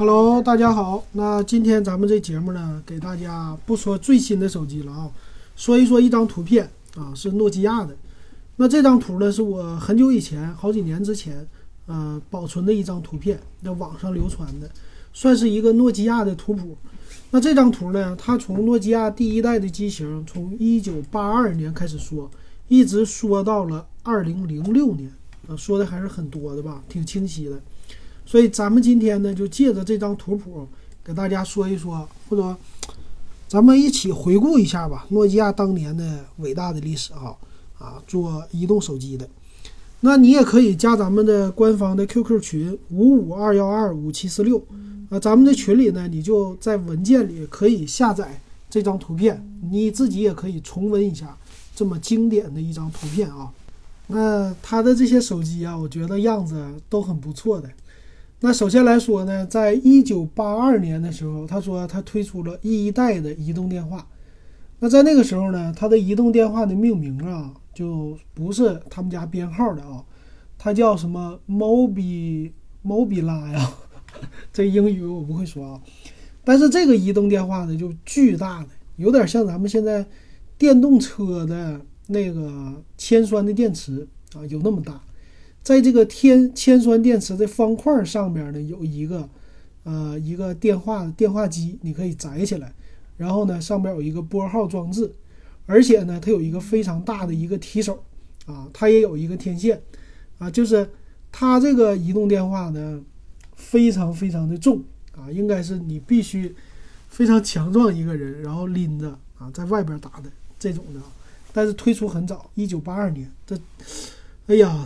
Hello，大家好。那今天咱们这节目呢，给大家不说最新的手机了啊，说一说一张图片啊，是诺基亚的。那这张图呢，是我很久以前，好几年之前，保存的一张图片，在网上流传的，算是一个诺基亚的图谱。那这张图呢，它从诺基亚第一代的机型，从1982年开始说，一直说到了2006年，说的还是很多的吧，挺清晰的。所以咱们今天呢，就借着这张图谱给大家说一说，或者咱们一起回顾一下吧，诺基亚当年的伟大的历史做移动手机的。那你也可以加咱们的官方的 QQ 群552125746，咱们的群里呢，你就在文件里可以下载这张图片，你自己也可以重温一下这么经典的一张图片啊。那它的这些手机啊，我觉得样子都很不错的。那首先来说呢，在1982年的时候，他说他推出了一代的移动电话。那在那个时候呢，他的移动电话的命名啊，就不是他们家编号的啊，它叫什么 Mobila 呀，这英语我不会说啊。但是这个移动电话呢，就巨大的，有点像咱们现在电动车的那个铅酸的电池啊，有那么大。在这个铅酸电池的方块上面呢，有一个电话机，你可以载起来，然后呢上面有一个拨号装置，而且呢它有一个非常大的一个提手啊，它也有一个天线啊，就是它这个移动电话呢非常非常的重啊，应该是你必须非常强壮一个人，然后拎着啊在外边打的这种的，但是推出很早，1982年，哎呀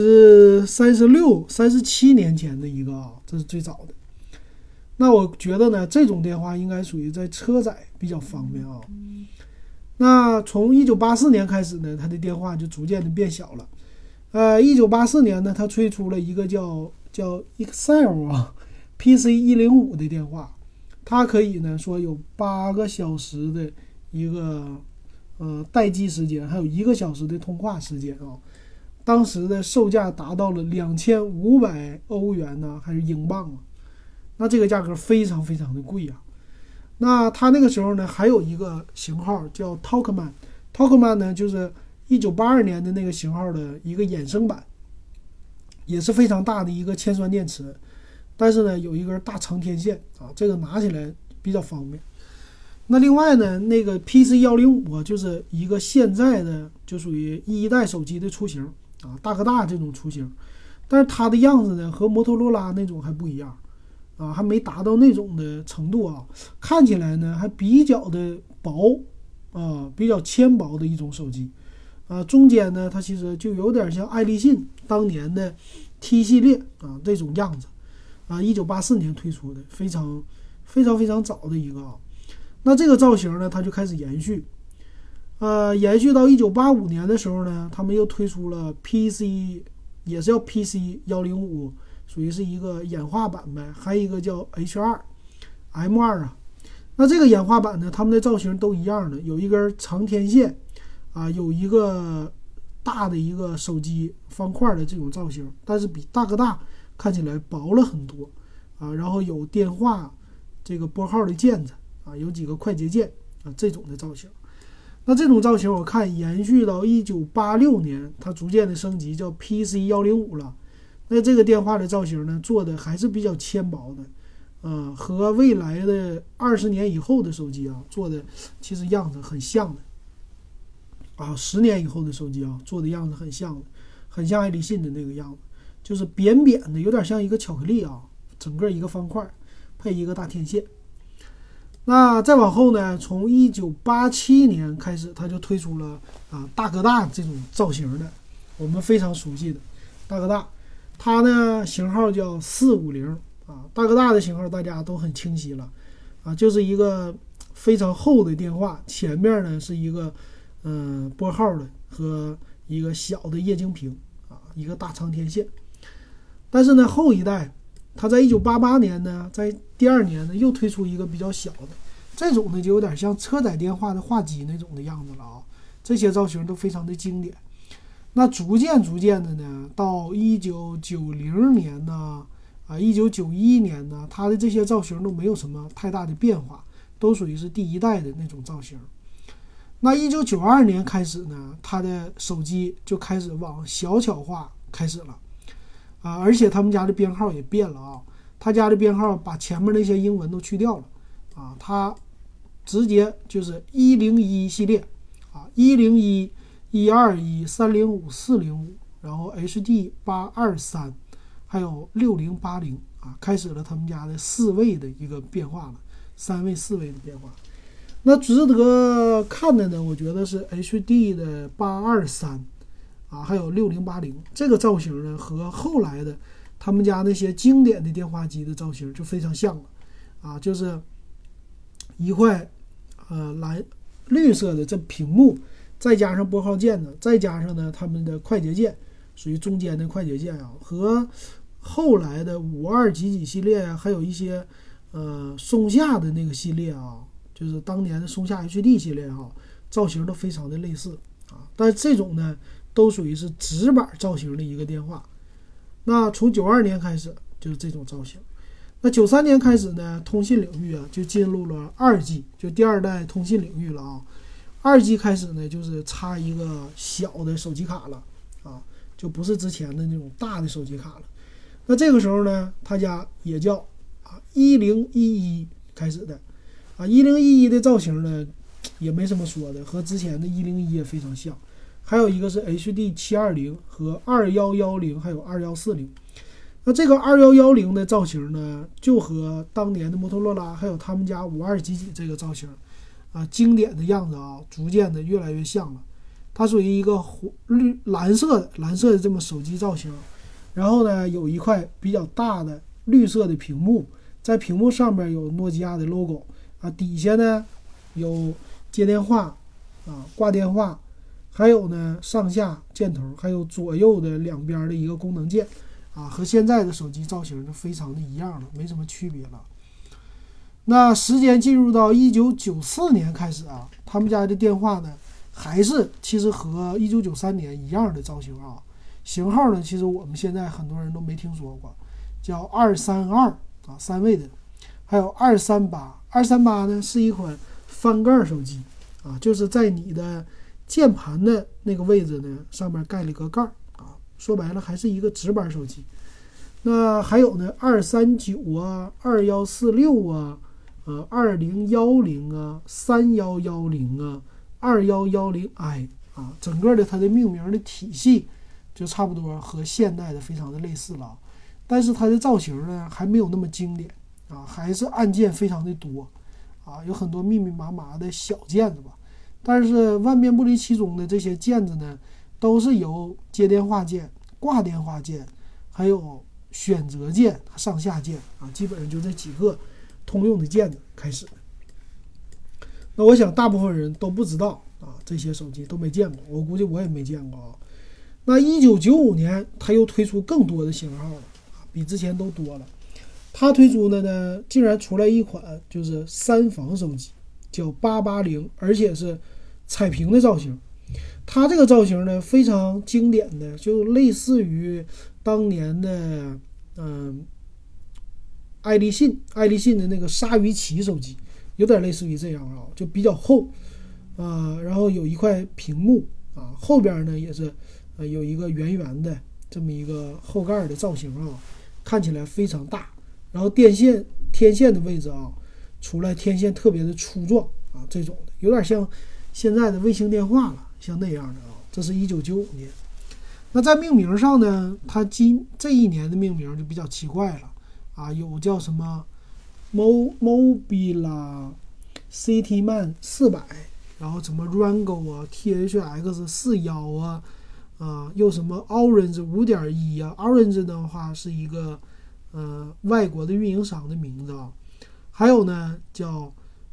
37年前的一个啊，这是最早的。那我觉得呢，这种电话应该属于在车载比较方便啊。那从1984年开始呢，它的电话就逐渐的变小了。1984年呢，它推出了一个叫 Excel PC105的电话，它可以呢说有8个小时的一个待机时间，还有1个小时的通话时间啊。当时的售价达到了2500欧元呢，还是英镑啊？那这个价格非常非常的贵啊。那它那个时候呢，还有一个型号叫 Talkman 呢，就是1982年的那个型号的一个衍生版，也是非常大的一个铅酸电池，但是呢有一根大长天线啊，这个拿起来比较方便。那另外呢，那个 PC105就是一个现在的就属于一代手机的雏形啊，大哥大这种雏形，但是它的样子呢和摩托罗拉那种还不一样啊，还没达到那种的程度啊，看起来呢还比较的薄啊，比较纤薄的一种手机啊，中间呢它其实就有点像爱立信当年的 T 系列啊这种样子啊，1984年推出的，非常非常非常早的一个啊。那这个造型呢，它就开始延续，延续到1985年的时候呢，他们又推出了 PC， 也是叫 PC105， 属于是一个演化版呗，还有一个叫 H2M2 啊。那这个演化版呢，他们的造型都一样的，有一根长天线啊，有一个大的一个手机方块的这种造型，但是比大哥大看起来薄了很多啊，然后有电话这个拨号的键子啊，有几个快捷键啊，这种的造型。那这种造型我看延续到1986年，它逐渐的升级叫 PC105 了。那这个电话的造型呢，做的还是比较纤薄的，和未来的20年以后的手机啊，做的其实样子很像的啊，10年以后的手机啊，做的样子很像的，很像爱立信的那个样子，就是扁扁的，有点像一个巧克力啊，整个一个方块配一个大天线。那再往后呢，从1987年开始，它就推出了大哥大这种造型的，我们非常熟悉的大哥大，它呢型号叫450啊，大哥大的型号大家都很清晰了啊，就是一个非常厚的电话，前面呢是一个拨号的和一个小的液晶屏啊，一个大长天线。但是呢后一代它在1988年呢，在第2年呢又推出一个比较小的，这种呢就有点像车载电话的话机那种的样子了啊。这些造型都非常的经典。那逐渐的呢，到1990年呢， 1991年呢，它的这些造型都没有什么太大的变化，都属于是第一代的那种造型。那1992年开始呢，它的手机就开始往小巧化开始了而且他们家的编号也变了他家的编号把前面那些英文都去掉了它直接就是101系列101、121、305、405，然后 HD 823，还有6080开始了他们家的4位的一个变化了，3位、4位的变化。那值得看的呢，我觉得是 HD 的823还有6080这个造型呢，和后来的他们家那些经典的电话机的造型就非常像了就是一块绿色的这屏幕，再加上拨号键呢，再加上呢他们的快捷键，属于中间的快捷键和后来的52几几系列还有一些松下的那个系列就是当年的松下 HD 系列造型都非常的类似但是这种呢都属于是直板造型的一个电话。那从92年开始就是这种造型。那93年开始呢，通信领域就进入了2G，就第二代通信领域了2G 开始呢，就是插一个小的手机卡了就不是之前的那种大的手机卡了。那这个时候呢，他家也叫1011开始的1011的造型呢也没什么说的，和之前的101也非常像。还有一个是 HD 720和2110还有2140。那这个2110的造型呢，就和当年的摩托罗拉还有他们家52几几这个造型经典的样子逐渐的越来越像了。它属于一个蓝色的这么手机造型，然后呢有一块比较大的绿色的屏幕，在屏幕上面有诺基亚的 logo底下呢有接电话挂电话，还有呢上下箭头，还有左右的两边的一个功能键和现在的手机造型就非常的一样了，没什么区别了。那时间进入到1994年开始他们家的电话呢还是其实和1993年一样的造型型号呢其实我们现在很多人都没听说过，叫2323位的，还有238呢是一款翻盖手机就是在你的键盘的那个位置呢上面盖了一个盖说白了还是一个直板手机。那还有呢23921462010 3110 2110i 整个的它的命名的体系就差不多和现代的非常的类似了，但是它的造型呢还没有那么经典还是按键非常的多有很多密密麻麻的小键子吧，但是万变不离其宗的这些键子呢都是由接电话键、挂电话键还有选择键、上下键基本上就这几个通用的键子开始。那我想大部分人都不知道这些手机都没见过，我估计我也没见过那1995年它又推出更多的型号了比之前都多了。它推出的呢竟然出来一款就是3防手机，叫880，而且是彩屏的造型。它这个造型呢非常经典的，就类似于当年的爱立信的那个鲨鱼鳍手机，有点类似于这样就比较厚然后有一块屏幕后边呢也是有一个圆圆的这么一个后盖的造型看起来非常大，然后天线的位置出来天线特别的粗壮这种的有点像现在的卫星电话了，像那样的这是1995年。那在命名上呢，它这一年的命名就比较奇怪了有叫什么 Mobila Cityman 400，然后什么 Rango THX 41又什么 Orange 5.1Orange 的话是一个外国的运营商的名字还有呢叫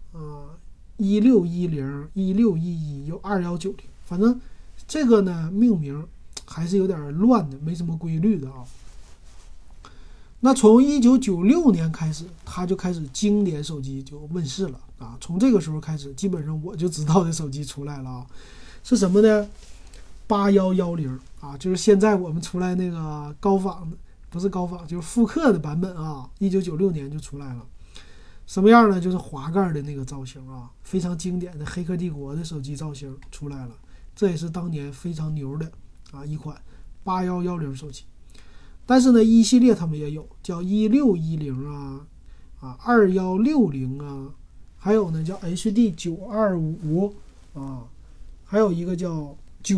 1610 1611有2190，反正这个呢命名还是有点乱的，没什么规律的那从1996年开始，它就开始经典手机就问世了从这个时候开始，基本上我就知道的手机出来了是什么呢？8110就是现在我们出来那个高仿不是高仿，就是复刻的版本啊，1996年就出来了。什么样呢？就是滑盖的那个造型啊，非常经典的黑客帝国的手机造型出来了，这也是当年非常牛的一款8110手机。但是呢，一系列他们也有叫16102160还有呢叫 HD925还有一个叫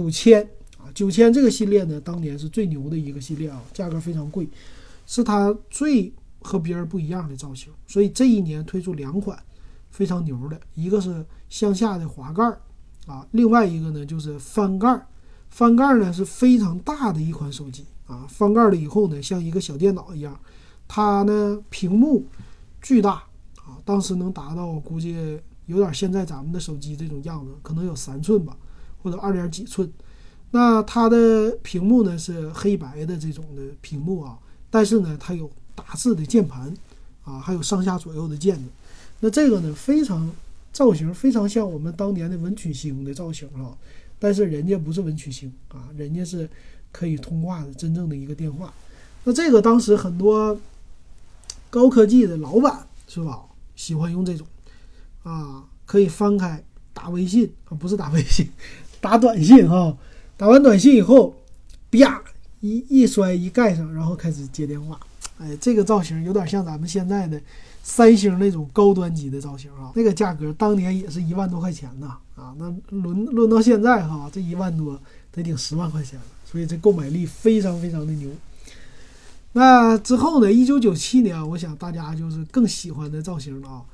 9000这个系列呢，当年是最牛的一个系列价格非常贵，是它最和别人不一样的造型。所以这一年推出2款非常牛的，一个是向下的滑盖另外一个呢就是翻盖。翻盖呢是非常大的一款手机翻盖了以后呢，像一个小电脑一样，它呢屏幕巨大当时能达到估计有点现在咱们的手机这种样子，可能有3寸吧，或者2点几寸。那它的屏幕呢是黑白的这种的屏幕但是呢它有打字的键盘还有上下左右的键子。那这个呢造型非常像我们当年的文曲星的造型但是人家不是文曲星人家是可以通话的真正的一个电话。那这个当时很多高科技的老板是吧，喜欢用这种可以翻开打微信不是打微信，打短信打完短信以后啪一摔一盖上，然后开始接电话。这个造型有点像咱们现在的三星那种高端级的造型那个价格当年也是1万多块钱呢那论到现在这1万多得顶10万块钱了，所以这购买力非常非常的牛。那之后呢，1997年我想大家就是更喜欢的造型了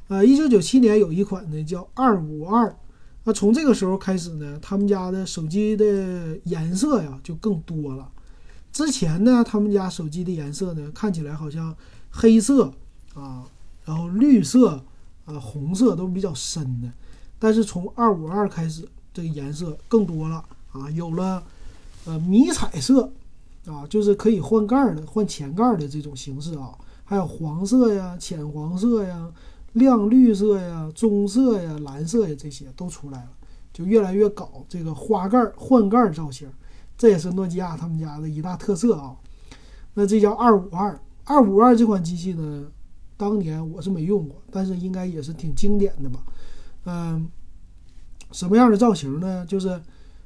1997年有一款呢叫252。那从这个时候开始呢，他们家的手机的颜色就更多了。之前呢，他们家手机的颜色呢看起来好像黑色然后绿色红色都比较深的，但是从252开始，这个颜色更多了有了迷彩色就是可以换盖的、换前盖的这种形式还有黄色呀、浅黄色呀、亮绿色呀、棕色呀、蓝色呀，这些都出来了，就越来越搞这个花盖换盖造型，这也是诺基亚他们家的一大特色那这叫252这款机器呢，当年我是没用过，但是应该也是挺经典的吧。什么样的造型呢？就是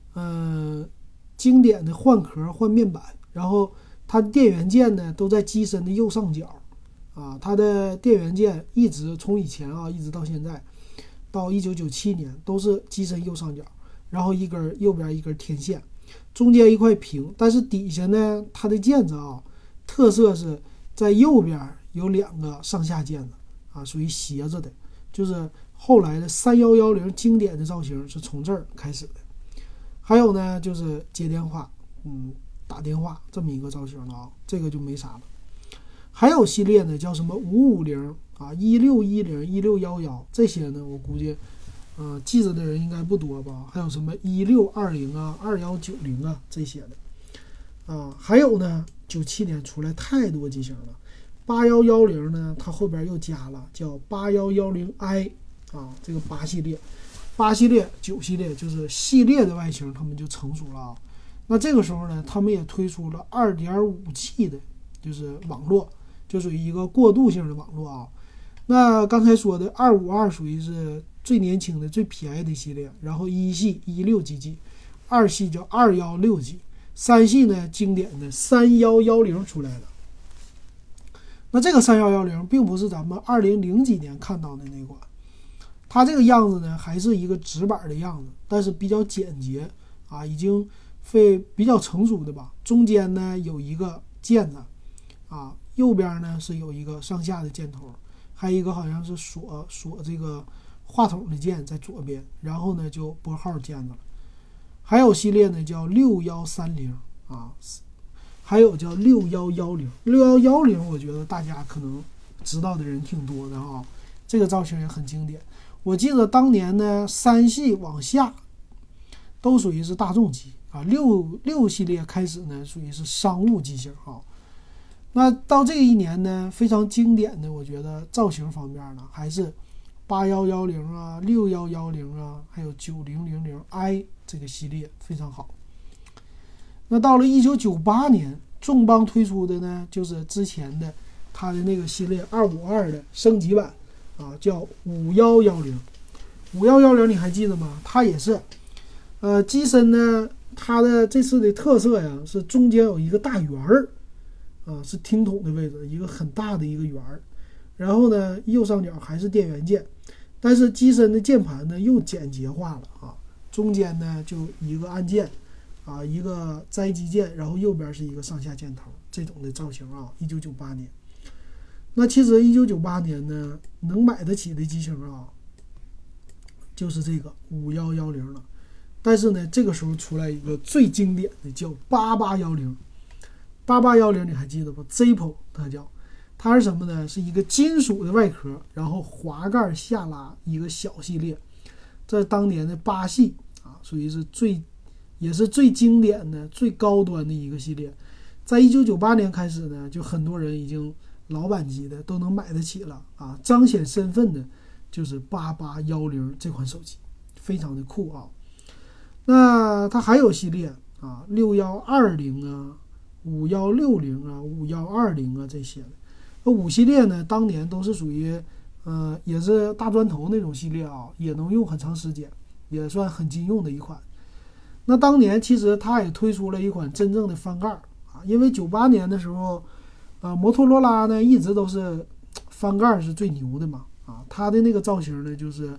经典的换壳换面板，然后它的电源键呢都在机身的右上角它的电源键一直从以前一直到现在到1997年都是机身右上角，然后右边一根天线，中间一块屏，但是底下呢它的键子特色是在右边有2个上下键子属于斜着的，就是后来的3110经典的造型是从这儿开始的。还有呢就是接电话打电话这么一个造型了这个就没啥了。还有系列呢叫什么5501610 1611，这些呢我估计记着的人应该不多吧。还有什么1620 2190这些的还有呢97年出来太多机型了。8110呢它后边又加了叫 8110i 这个8系列9系列就是系列的外形他们就成熟了那这个时候呢他们也推出了 2.5G 的就是网络，就属于一个过渡性的网络那刚才说的252属于是最年轻的最便宜的系列，然后一系 16GB， 二系叫 216G， 三系呢经典的3110出来了。那这个3110并不是咱们2000几年看到的那款，它这个样子呢还是一个直板的样子，但是比较简洁已经比较成熟的吧。中间呢有一个键子右边呢是有一个上下的箭头，还有一个好像是锁这个话筒的键在左边，然后呢就拨号键子了。还有系列呢叫6130还有叫6110。6110我觉得大家可能知道的人挺多的这个造型也很经典。我记得当年呢3系往下都属于是大众机6系列开始呢属于是商务机型那到这一年呢非常经典的我觉得造型方面呢还是81106110还有9000i 这个系列非常好。那到了1998年众邦推出的呢就是之前的它的那个系列252的升级版啊，叫5110。5110你还记得吗？它也是机身呢，它的这次的特色呀是中间有一个大圆儿啊，是听筒的位置，一个很大的一个圆儿。然后呢，右上角还是电源键，但是机身的键盘呢又简洁化了啊，中间呢就一个按键啊，一个摘击键，然后右边是一个上下箭头，这种的造型啊。1998年，那其实1998年呢，能买得起的机型啊，就是这个5110了。但是呢，这个时候出来一个最经典的叫8810，8810你还记得不 ？Zippo 它是什么呢？是一个金属的外壳，然后滑盖下拉一个小系列，这当年的8系啊，属于是也是最经典的、最高端的一个系列。在1998年开始呢，就很多人已经老板级的都能买得起了啊，彰显身份的就是8810这款手机，非常的酷啊。那它还有系列啊，6120啊、5160啊、5120啊这些的。5系列呢，当年都是属于也是大砖头那种系列啊，也能用很长时间，也算很经用的一款。那当年其实它也推出了一款真正的翻盖啊，因为98年的时候，摩托罗拉呢一直都是翻盖是最牛的嘛啊，它的那个造型呢就是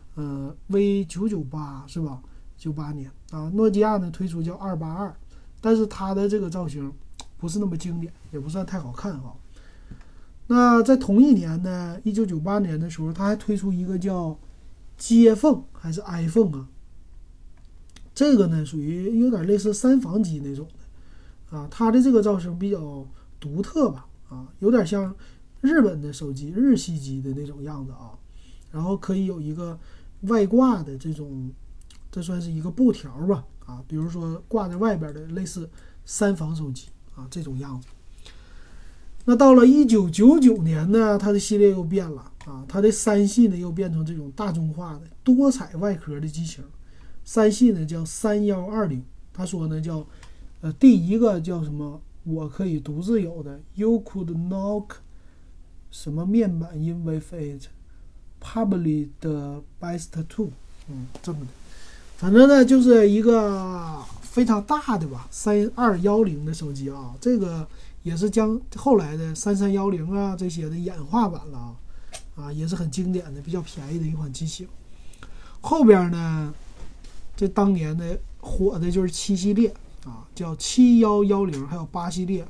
V998是吧？98年啊，诺基亚呢推出叫282，但是它的这个造型不是那么经典，也不算太好看啊。那在同一年呢，1998年的时候，它还推出一个叫接缝还是 iPhone 啊，这个呢属于有点类似三防机那种的啊，它的这个造型比较独特吧啊，有点像日本的手机日系机的那种样子啊，然后可以有一个外挂的这种，这算是一个布条吧啊，比如说挂在外边的类似三防手机啊这种样子。那到了1999年呢，它的系列又变了啊，它的3系呢又变成这种大众化的多彩外壳的机型。3系呢叫3120，他说呢叫第一个叫什么？我可以独自有的 You could knock 什么面板 in with it probably the best two， 这么的，反正呢就是一个非常大的吧3210的手机啊，这个也是将后来的3310啊这些的演化版了啊，也是很经典的比较便宜的一款机型。后边呢，这当年的火的就是7系列啊，叫7110，还有8系列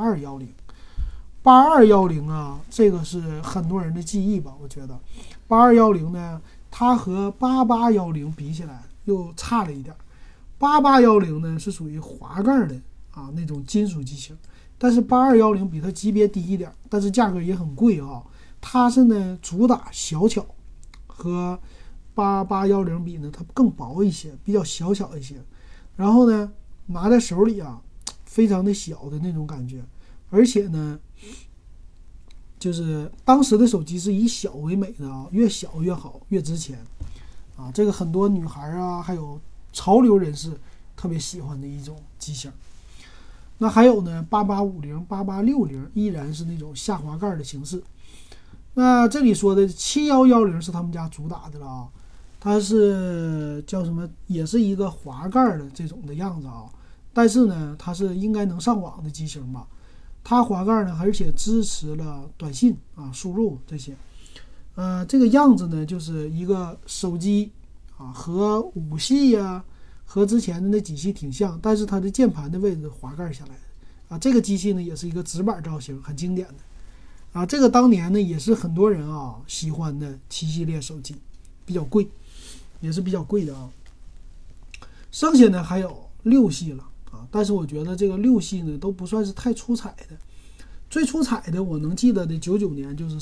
8210啊，这个是很多人的记忆吧，我觉得8210呢，它和8810比起来又差了一点。8810呢是属于滑盖的啊那种金属机型，但是8210比它级别低一点，但是价格也很贵啊。它是呢主打小巧，和8810比呢它更薄一些，比较小巧一些。然后呢拿在手里啊，非常的小的那种感觉，而且呢，就是当时的手机是以小为美的啊，越小越好，越值钱啊。这个很多女孩啊，还有潮流人士特别喜欢的一种机型。那还有呢，8850、8860依然是那种下滑盖的形式。那这里说的7110是他们家主打的了啊，它是叫什么？也是一个滑盖的这种的样子啊，但是呢，它是应该能上网的机型吧？它滑盖呢，而且支持了短信啊、输入这些。这个样子呢，就是一个手机啊，和5系呀，和之前的那几系挺像，但是它的键盘的位置滑盖下来的啊。这个机器呢，也是一个直板造型，很经典的啊。这个当年呢，也是很多人啊喜欢的7系列手机，比较贵，也是比较贵的啊。剩下呢还有6系了啊，但是我觉得这个6系呢都不算是太出彩的。最出彩的我能记得的99年就是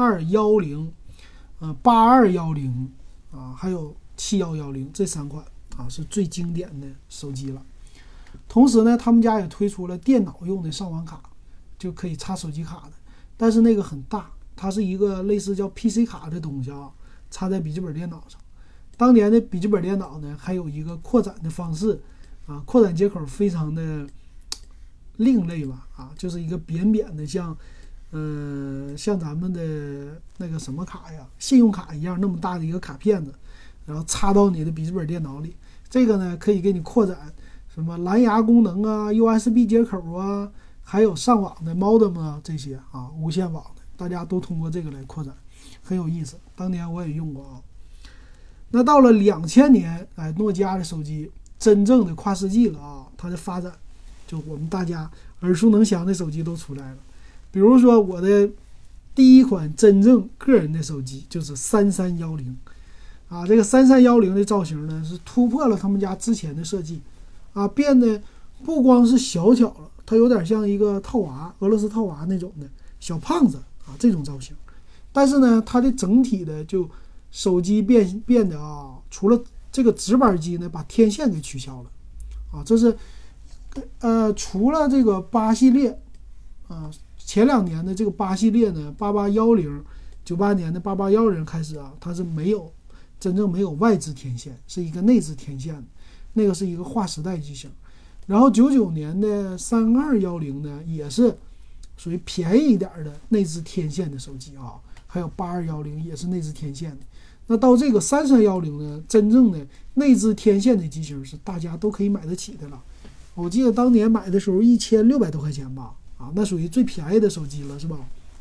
3210、8210啊，还有7110这3款啊是最经典的手机了。同时呢，他们家也推出了电脑用的上网卡，就可以插手机卡的，但是那个很大，它是一个类似叫 PC 卡的东西啊，插在笔记本电脑上。当年的笔记本电脑呢，还有一个扩展的方式啊，扩展接口非常的另类吧，就是一个扁扁的像咱们的那个什么卡呀，信用卡一样那么大的一个卡片子，然后插到你的笔记本电脑里。这个呢可以给你扩展什么蓝牙功能啊、USB 接口啊，还有上网的 modem 啊这些无线网的，大家都通过这个来扩展，很有意思。当年我也用过那到了2000年，诺基亚的手机真正的跨世纪了它的发展，就我们大家耳熟能详的手机都出来了。比如说我的第一款真正个人的手机就是3310这个3310的造型呢是突破了他们家之前的设计变得不光是小巧了，它有点像一个套娃，俄罗斯套娃那种的小胖子这种造型。但是呢它的整体的就手机变得除了这个直板机呢把天线给取消了这是除了这个8系列前2年的这个8系列呢8810 98年的8810开始它是真正没有外置天线，是一个内置天线，那个是一个划时代机型。然后99年的3210呢也是属于便宜一点的内置天线的手机还有8210也是内置天线的。那到这个3310呢，真正的内置天线的机型是大家都可以买得起的了。我记得当年买的时候1600多块钱吧那属于最便宜的手机了，是吧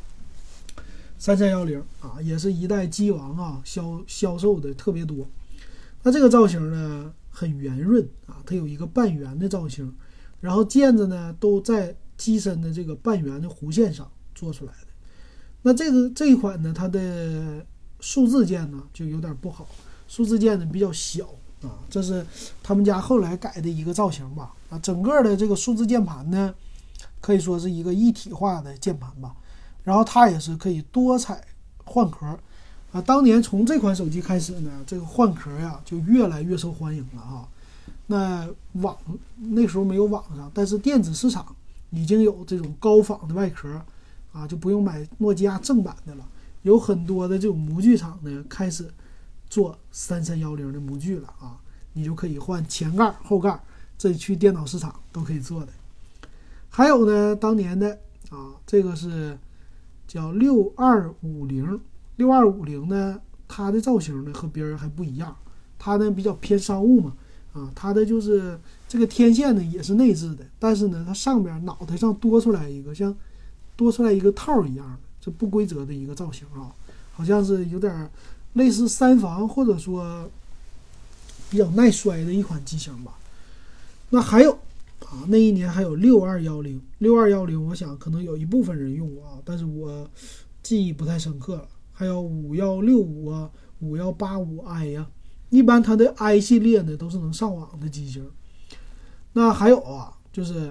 ？3310也是一代机王销售的特别多。那这个造型呢很圆润它有一个半圆的造型，然后键子呢都在机身的这个半圆的弧线上做出来的。那这一款呢，它的数字键呢就有点不好，数字键呢比较小这是他们家后来改的一个造型吧整个的这个数字键盘呢可以说是一个一体化的键盘吧，然后它也是可以多彩换壳当年从这款手机开始呢，这个换壳就越来越受欢迎了那那时候没有网上，但是电子市场已经有这种高仿的外壳就不用买诺基亚正版的了，有很多的这种模具厂呢开始做3310的模具了你就可以换前盖后盖，这去电脑市场都可以做的。还有呢当年的这个是叫6250呢，它的造型呢和别人还不一样，它呢比较偏商务嘛它的就是这个天线呢也是内置的，但是呢它上边脑袋上多出来一个像多出来一个套一样的，这不规则的一个造型好像是有点类似三防或者说比较耐摔的一款机型吧。那还有那一年还有6210，我想可能有一部分人用过但是我记忆不太深刻了。还有5165 5185i 呀，一般它的 i 系列呢都是能上网的机型。那还有就是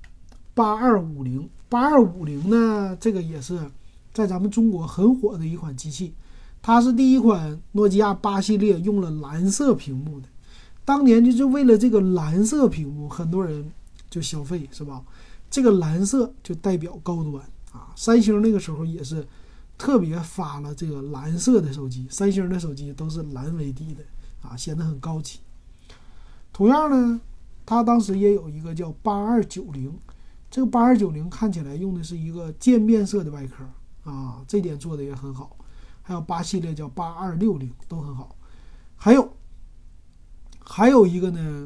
8250呢，这个也是在咱们中国很火的一款机器，它是第一款诺基亚8系列用了蓝色屏幕的。当年就是为了这个蓝色屏幕，很多人就消费，是吧？这个蓝色就代表高端三星那个时候也是特别发了这个蓝色的手机，三星的手机都是蓝为底的显得很高级。同样呢，它当时也有一个叫8290，这个8290看起来用的是一个渐变色的外壳这点做的也很好。还有8系列叫8260都很好。还有一个呢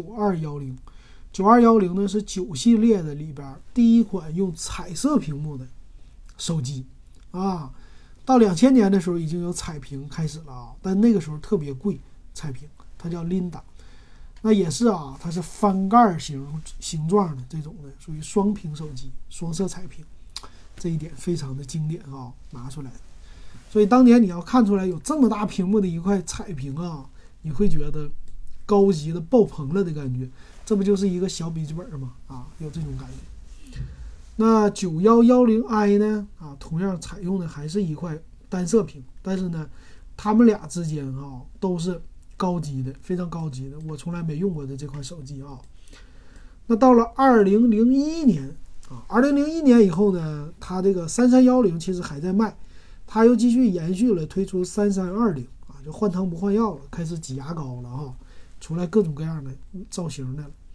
9210呢是9系列的里边第一款用彩色屏幕的手机到2000年的时候已经有彩屏开始了但那个时候特别贵，彩屏它叫 Linda， 那也是它是翻盖形状的这种的，属于双屏手机，双色彩屏，这一点非常的经典拿出来的。所以当年你要看出来有这么大屏幕的一块彩屏你会觉得高级的爆棚了的感觉，这不就是一个小笔记本吗？有这种感觉。那9110i 呢同样采用的还是一块单色屏，但是呢他们俩之间都是高级的，非常高级的，我从来没用过的这款手机那到了2001年2001年以后呢，它这个3310其实还在卖，它又继续延续了，推出3320就换汤不换药了，开始挤牙膏了出来各种各样的造型的了。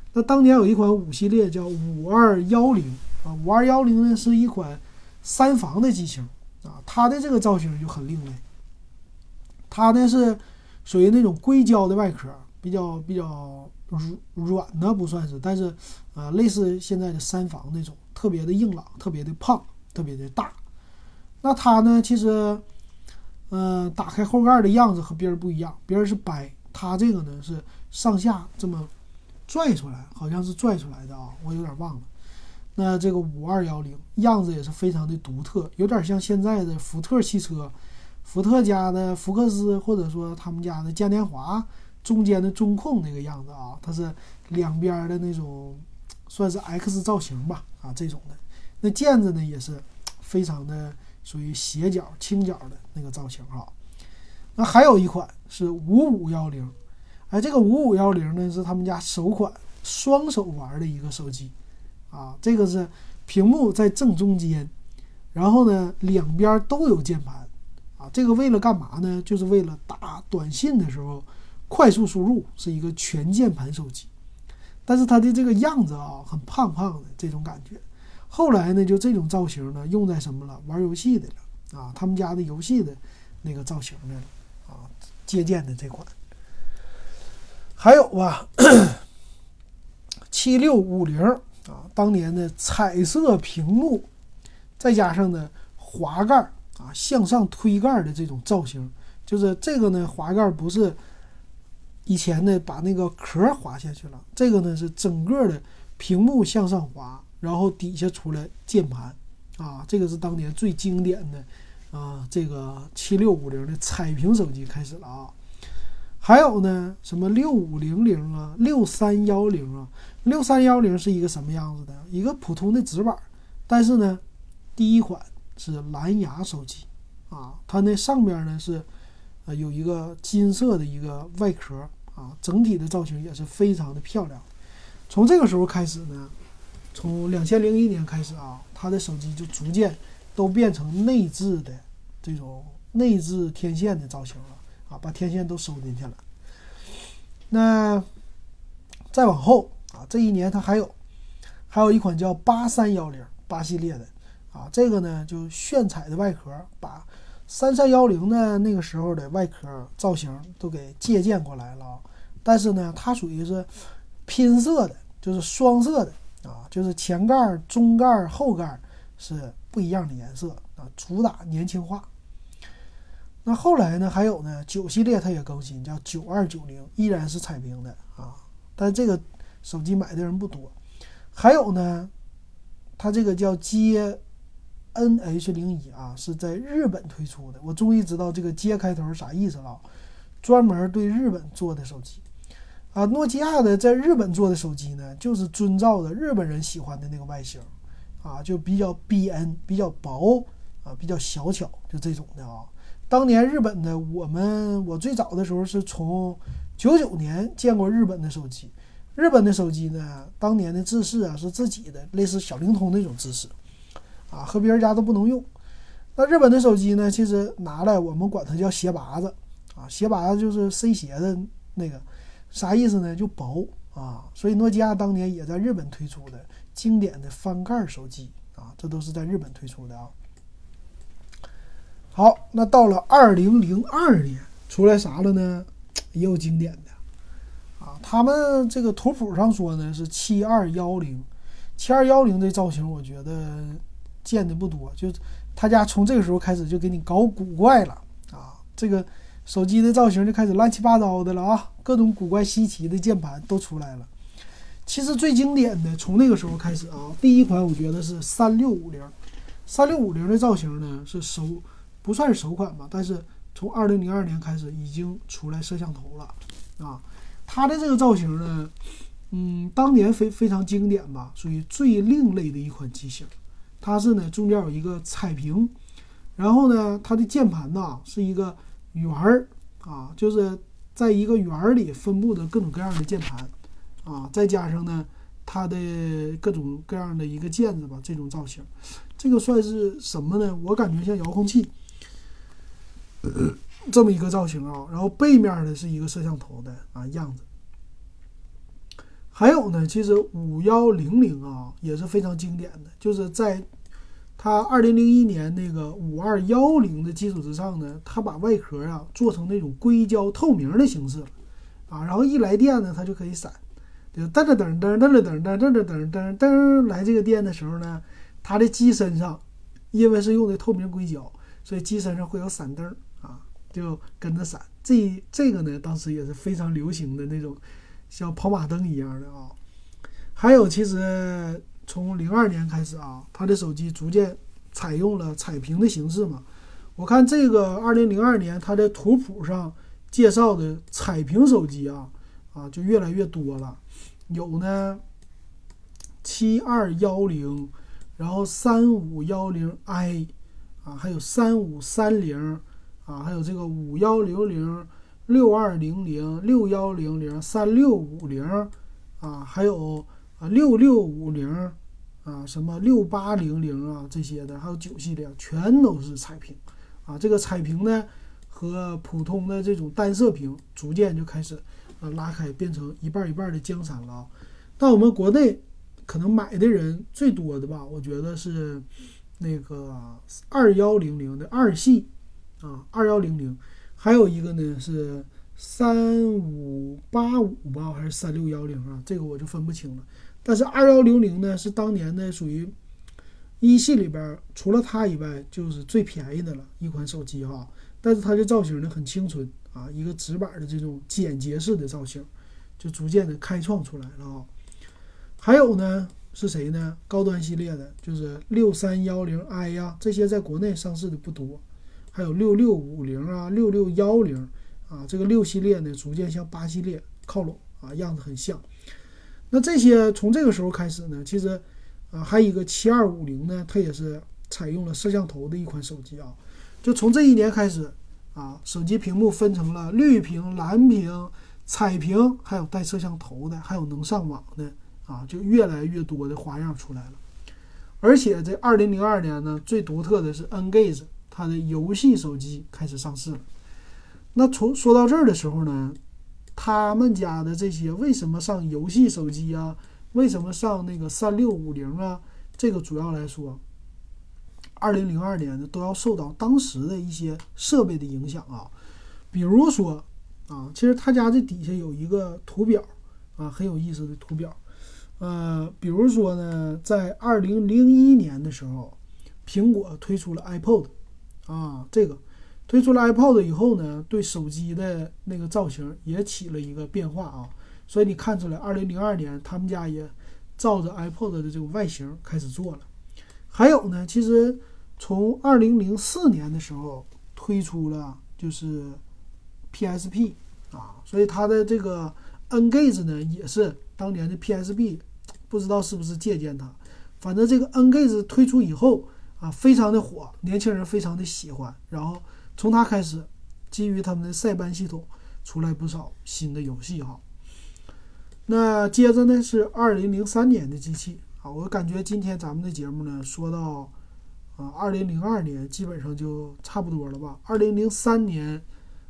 那当年有一款5系列叫5210啊，5210呢是一款3防的机型啊，它的这个造型就很另类。它呢是属于那种硅胶的外壳，比较软的不算是，但是类似现在的3防那种，特别的硬朗，特别的胖，特别的大。那它呢其实打开后盖的样子和别人不一样，别人是掰，它这个呢是上下这么拽出来，好像是拽出来的啊，我有点忘了。那这个5210样子也是非常的独特，有点像现在的福特汽车，福特家的福克斯，或者说他们家的嘉年华中间的中控那个样子啊，它是两边的那种算是 X 造型吧啊，这种的。那键子呢也是非常的属于斜角倾角的那个造型啊。那还有一款是5510，哎，这个5510呢是他们家首款双手玩的一个手机啊，这个是屏幕在正中间，然后呢两边都有键盘啊，这个为了干嘛呢？就是为了打短信的时候快速输入，是一个全键盘手机。但是它的这个样子啊，很胖胖的这种感觉。后来呢，就这种造型呢用在什么了？玩游戏的了啊，他们家的游戏的那个造型的了啊，借鉴的这款。还有啊7650啊，当年的彩色屏幕，再加上呢滑盖啊向上推盖的这种造型，就是这个呢滑盖不是以前呢把那个壳滑下去了，这个呢是整个的屏幕向上滑，然后底下出来键盘啊，这个是当年最经典的啊，这个7650的彩屏手机开始了啊。还有呢什么6500啊6310啊，6310是一个什么样子的？一个普通的直板，但是呢第一款是蓝牙手机啊，它那上面呢是有一个金色的一个外壳啊，整体的造型也是非常的漂亮。从这个时候开始呢，从2001年开始啊，它的手机就逐渐都变成内置的这种内置天线的造型了啊，把天线都收进去了。那再往后啊，这一年它还有一款叫8310 8系列的啊，这个呢就炫彩的外壳，把3310的那个时候的外壳造型都给借鉴过来了。但是呢它属于是拼色的，就是双色的啊，就是前盖中盖后盖是不一样的颜色啊，主打年轻化。那后来呢还有呢9系列它也更新，叫9290，依然是彩屏的啊，但这个手机买的人不多。还有呢它这个叫接 NH01 啊，是在日本推出的，我终于知道这个接开头啥意思了，专门对日本做的手机啊。诺基亚的在日本做的手机呢，就是遵照的日本人喜欢的那个外形啊，就比较 BN 比较薄啊，比较小巧，就这种的啊。当年日本的我最早的时候是从99年见过日本的手机。日本的手机呢，当年的制式啊是自己的，类似小灵通那种制式啊，和别人家都不能用。那日本的手机呢，其实拿来我们管它叫鞋拔子啊，鞋拔子就是塞鞋的那个，啥意思呢？就薄啊。所以诺基亚当年也在日本推出的经典的翻盖手机啊，这都是在日本推出的啊。好，那到了2002年出来啥了呢？也有经典的啊，他们这个图谱上说呢是7210这造型，我觉得见的不多，就他家从这个时候开始就给你搞古怪了啊，这个手机的造型就开始乱七八糟的了啊，各种古怪稀奇的键盘都出来了。其实最经典的从那个时候开始啊，第一款我觉得是3650的造型呢是不算是首款吧，但是从2002年开始已经出来摄像头了啊。它的这个造型呢，当年非常经典吧，属于最另类的一款机型。它是呢中间有一个彩屏，然后呢它的键盘呢是一个圆儿啊，就是在一个圆儿里分布的各种各样的键盘啊，再加上呢它的各种各样的一个键子吧，这种造型，这个算是什么呢？我感觉像遥控器。这么一个造型啊，然后背面的是一个摄像头的啊样子。 还有呢，其实5100啊也是非常经典的，就是在它2001年那个5210的基础之上呢，它把外壳啊做成那种硅胶透明的形式了啊，然后一来电呢，它就可以闪，就噔噔噔噔噔噔噔噔噔噔噔噔来这个电的时候呢，它的机身上因为是用的透明硅胶，所以机身上会有闪灯啊，就跟着闪。这个呢，当时也是非常流行的那种，像跑马灯一样的啊。还有，其实从02年开始啊，它的手机逐渐采用了彩屏的形式嘛。我看这个2002年它的图谱上介绍的彩屏手机就越来越多了，有呢7210，然后3510i 还有3530还有这个5100、6200、6100、3650还有6650什么6800这些的，还有9系列全都是彩屏这个彩屏呢和普通的这种单色屏逐渐就开始拉开，变成一半一半的江山了但我们国内可能买的人最多的吧，我觉得是那个2100的2系2100，还有一个呢是3585吧，还是3610这个我就分不清了。但是2100呢是当年的属于1系里边除了它以外就是最便宜的了一款手机但是它的造型呢很清纯一个直板的这种简洁式的造型，就逐渐的开创出来了还有呢是谁呢？高端系列的，就是6310i 这些在国内上市的不多，还有66506610这个6系列呢逐渐向8系列靠拢样子很像。那这些从这个时候开始呢，其实还有一个7250呢，它也是采用了摄像头的一款手机就从这一年开始手机屏幕分成了绿屏、蓝屏、彩屏，还有带摄像头的，还有能上网的就越来越多的花样出来了。而且这2002年呢，最独特的是 N-Gage 它的游戏手机开始上市了。那说到这儿的时候呢，他们家的这些为什么上游戏手机为什么上那个3650这个主要来说2002年呢都要受到当时的一些设备的影响比如说其实他家这底下有一个图表很有意思的图表比如说呢，在2001年的时候，苹果推出了 iPod 这个推出了 iPod 以后呢，对手机的那个造型也起了一个变化所以你看出来2002年他们家也照着 iPod 的这种外形开始做了。还有呢，其实从2004年的时候推出了就是 PSP 所以它的这个 N-Gage 呢也是当年的 PSP， 不知道是不是借鉴它，反正这个 N-Gage 推出以后非常的火，年轻人非常的喜欢，然后从它开始基于他们的塞班系统出来不少新的游戏那接着呢是2003年的机器我感觉今天咱们的节目呢说到2002年基本上就差不多了吧。2003年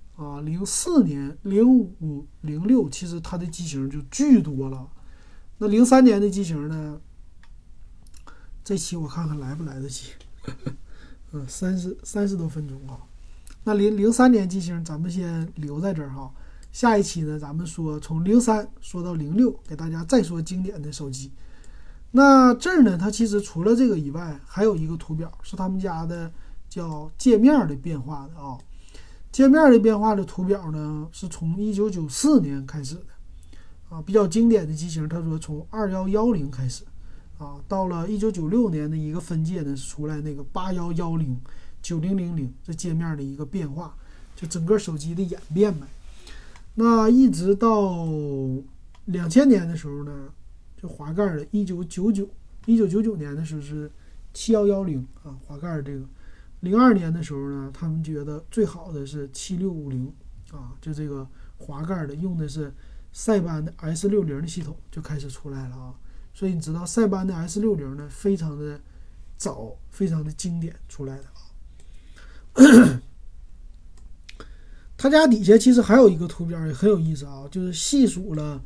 04年、05、06，其实它的机型就巨多了。那03年的机型呢，这期我看看来不来得及30多分钟那03年机型咱们先留在这儿下一期呢咱们说从03说到06，给大家再说经典的手机。那这儿呢它其实除了这个以外还有一个图表是他们家的叫界面的变化的界面的变化的图表呢是从1994年开始的比较经典的机型，他说从2110开始到了1996年的一个分界呢是出来那个8110、9000这界面的一个变化，就整个手机的演变呗。那一直到2000年的时候呢，就滑盖的1999年的时候是7110滑盖这个。02年的时候呢，他们觉得最好的是7650就这个滑盖的，用的是塞班的 S60 的系统就开始出来了所以你知道塞班的 S60 呢非常的早，非常的经典出来的它家底下其实还有一个图表也很有意思就是细数了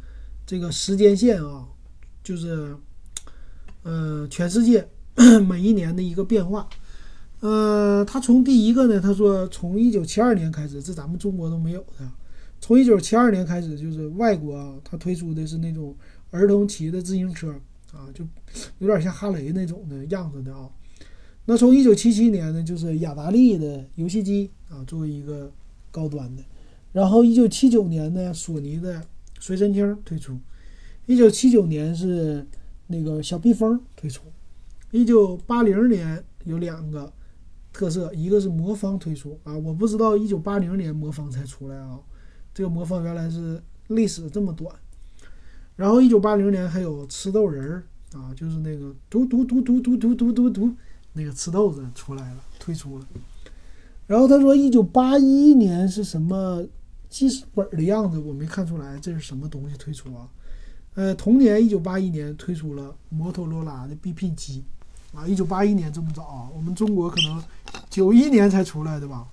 这个时间线啊，就是全世界每一年的一个变化。他从第一个呢，他说从1972年开始，这咱们中国都没有的。从1972年开始，就是外国啊，他推出的是那种儿童骑的自行车啊，就有点像哈雷那种的样子的啊。那从1977年呢，就是雅达利的游戏机啊，作为一个高端的。然后1979年呢，索尼的随身听推出。1979年是那个小蜜蜂推出。1980年有2个特色，一个是魔方推出啊，我不知道1980年魔方才出来啊，这个魔方原来是历史这么短。然后1980年还有吃豆人啊，就是那个嘟那个吃豆子出来了，推出了。然后他说1981年是什么记事本的样子，我没看出来这是什么东西推出啊。同年1981年推出了摩托罗拉的 BP 机啊，1981年这么早啊，我们中国可能91年才出来的吧。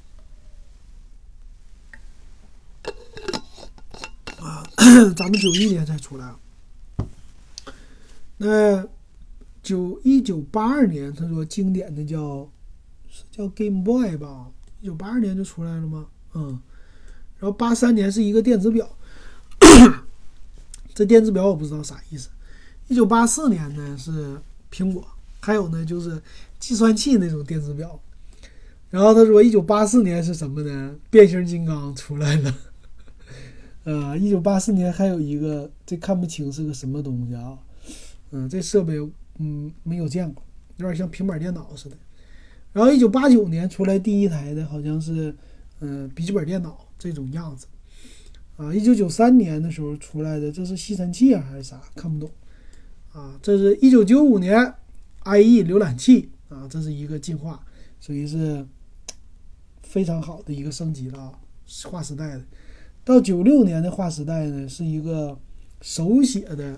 咱们91年才出来。那1982年他说经典的叫 Game Boy 吧，1982年就出来了吗？然后83年是一个电子表。这电子表我不知道啥意思。1984年呢是苹果，还有呢就是计算器那种电子表。然后他说1984年是什么呢？变形金刚出来了。1984年还有一个，这看不清是个什么东西啊。这设备没有见过，有点像平板电脑似的。然后1989年出来第一台的好像是笔记本电脑这种样子。1993年的时候出来的，这是吸尘器还是啥？看不懂。这是1995年 IE 浏览器啊，这是一个进化，属于是非常好的一个升级了，划时代的。到96年的划时代呢，是一个手写的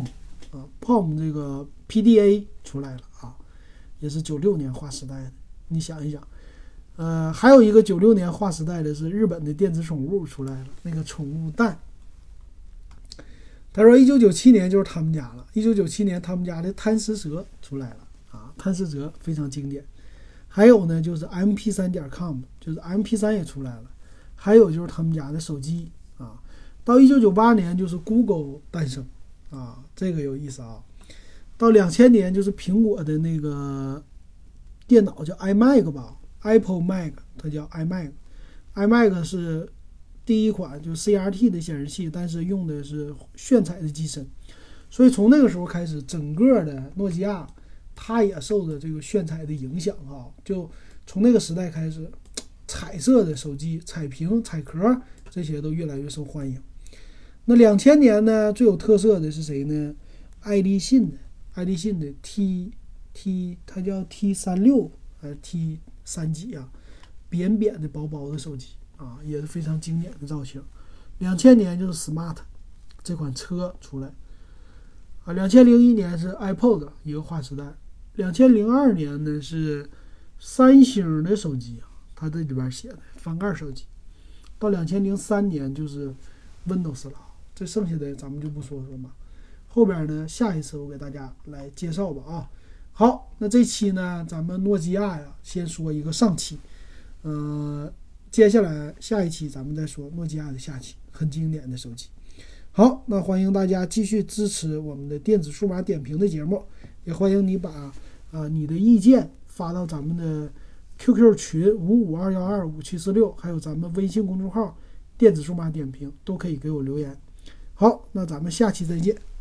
POM 这个 PDA 出来了啊，也是96年划时代的。你想一想，还有一个96年划时代的是日本的电子宠物出来了，那个宠物蛋。他说1997年就是他们家了，1997年他们家的贪食蛇出来了啊，贪食蛇非常经典。还有呢就是 mp3.com， 就是 mp3 也出来了。还有就是他们家的手机啊。到1998年就是 Google 诞生啊，这个有意思啊。到2000年就是苹果的那个电脑叫 iMac 吧，Apple Mac， 它叫 iMac。iMac 是第一款就是 CRT 的显示器，但是用的是炫彩的机身，所以从那个时候开始，整个的诺基亚它也受着这个炫彩的影响啊，就从那个时代开始，彩色的手机、彩屏、彩壳这些都越来越受欢迎。那2000年呢，最有特色的是谁呢？爱立信的 T， 它叫 T36还是 T3几啊？扁扁的薄薄的手机啊，也是非常经典的造型。2000年就是 Smart 这款车出来啊。2001年是 iPod 一个划时代。2002年呢是三星的手机啊，它这里边写的翻盖手机。到2003年就是 Windows 了，这剩下的咱们就不说嘛。后边呢，下一次我给大家来介绍吧啊。好，那这期呢，咱们诺基亚呀，先说一个上期，接下来下一期咱们再说诺基亚的下期，很经典的手机。好，那欢迎大家继续支持我们的电子数码点评的节目，也欢迎你把你的意见发到咱们的 QQ 群552125746，还有咱们微信公众号电子数码点评，都可以给我留言。好，那咱们下期再见。